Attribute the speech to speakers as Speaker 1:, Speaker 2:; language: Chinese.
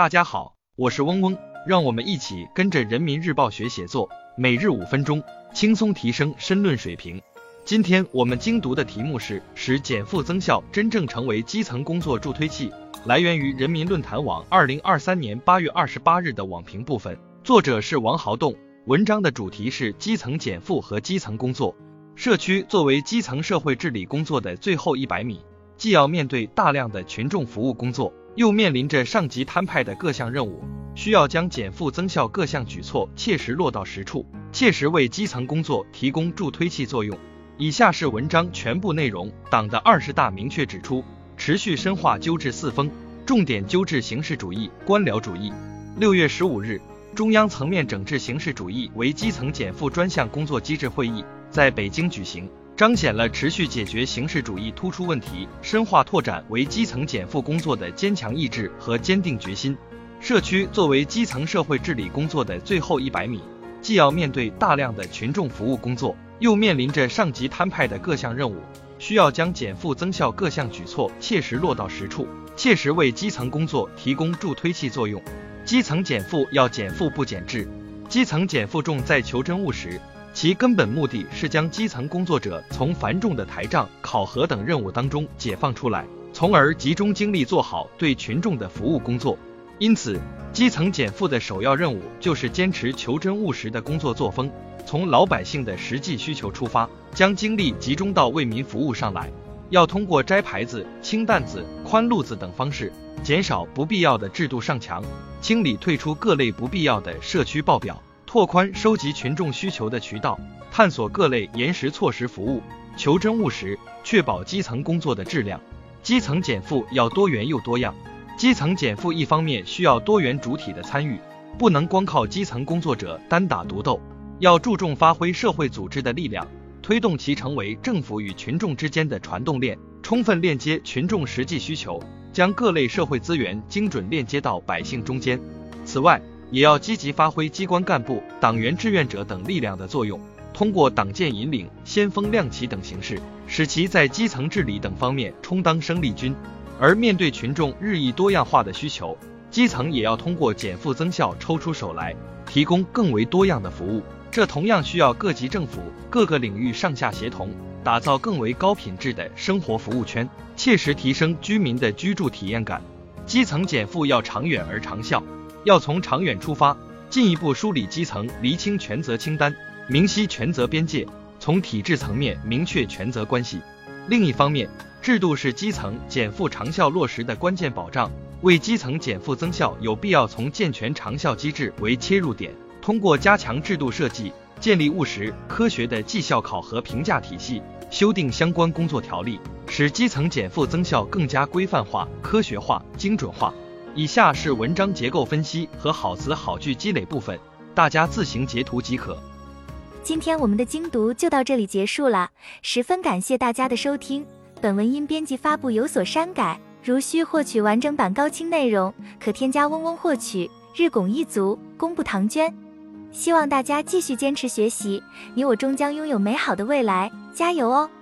Speaker 1: 大家好，我是嗡嗡，让我们一起跟着人民日报学写作，每日5分钟，轻松提升申论水平。今天我们精读的题目是使减负增效真正成为基层工作助推器，来源于人民论坛网2023年8月28日的网评部分，作者是王豪栋，文章的主题是基层减负和基层工作。社区作为基层社会治理工作的最后100米，既要面对大量的群众服务工作，又面临着上级摊派的各项任务，需要将减负增效各项举措切实落到实处，切实为基层工作提供助推器作用。以下是文章全部内容。党的20大明确指出，持续深化纠治四风，重点纠治形式主义、官僚主义。6月15日，中央层面整治形式主义为基层减负专项工作机制会议在北京举行，彰显了持续解决形式主义突出问题、深化拓展为基层减负工作的坚强意志和坚定决心。社区作为基层社会治理工作的最后100米，既要面对大量的群众服务工作，又面临着上级摊派的各项任务，需要将减负增效各项举措切实落到实处，切实为基层工作提供助推器作用。基层减负要减负不减质，基层减负重在求真务实，其根本目的是将基层工作者从繁重的台账、考核等任务当中解放出来，从而集中精力做好对群众的服务工作。因此，基层减负的首要任务就是坚持求真务实的工作作风，从老百姓的实际需求出发，将精力集中到为民服务上来。要通过摘牌子、清担子、宽路子等方式，减少不必要的制度上墙，清理退出各类不必要的社区报表，拓宽收集群众需求的渠道，探索各类延时措施服务，求真务实，确保基层工作的质量。基层减负要多元又多样。基层减负一方面需要多元主体的参与，不能光靠基层工作者单打独斗，要注重发挥社会组织的力量，推动其成为政府与群众之间的传动链，充分链接群众实际需求，将各类社会资源精准链接到百姓中间。此外，也要积极发挥机关干部、党员志愿者等力量的作用，通过党建引领、先锋亮旗等形式，使其在基层治理等方面充当生力军。而面对群众日益多样化的需求，基层也要通过减负增效抽出手来，提供更为多样的服务。这同样需要各级政府各个领域上下协同，打造更为高品质的生活服务圈，切实提升居民的居住体验感。基层减负要长远而长效，要从长远出发，进一步梳理基层，厘清权责清单，明晰权责边界，从体制层面明确权责关系。另一方面，制度是基层减负长效落实的关键保障，为基层减负增效有必要从健全长效机制为切入点，通过加强制度设计，建立务实科学的绩效考核评价体系，修订相关工作条例，使基层减负增效更加规范化、科学化、精准化。以下是文章结构分析和好词好句积累部分，大家自行截图即可。
Speaker 2: 今天我们的精读就到这里结束了，十分感谢大家的收听。本文因编辑发布有所删改，如需获取完整版高清内容，可添加嗡嗡获取。日拱一卒，功不唐捐。希望大家继续坚持学习，你我终将拥有美好的未来，加油哦！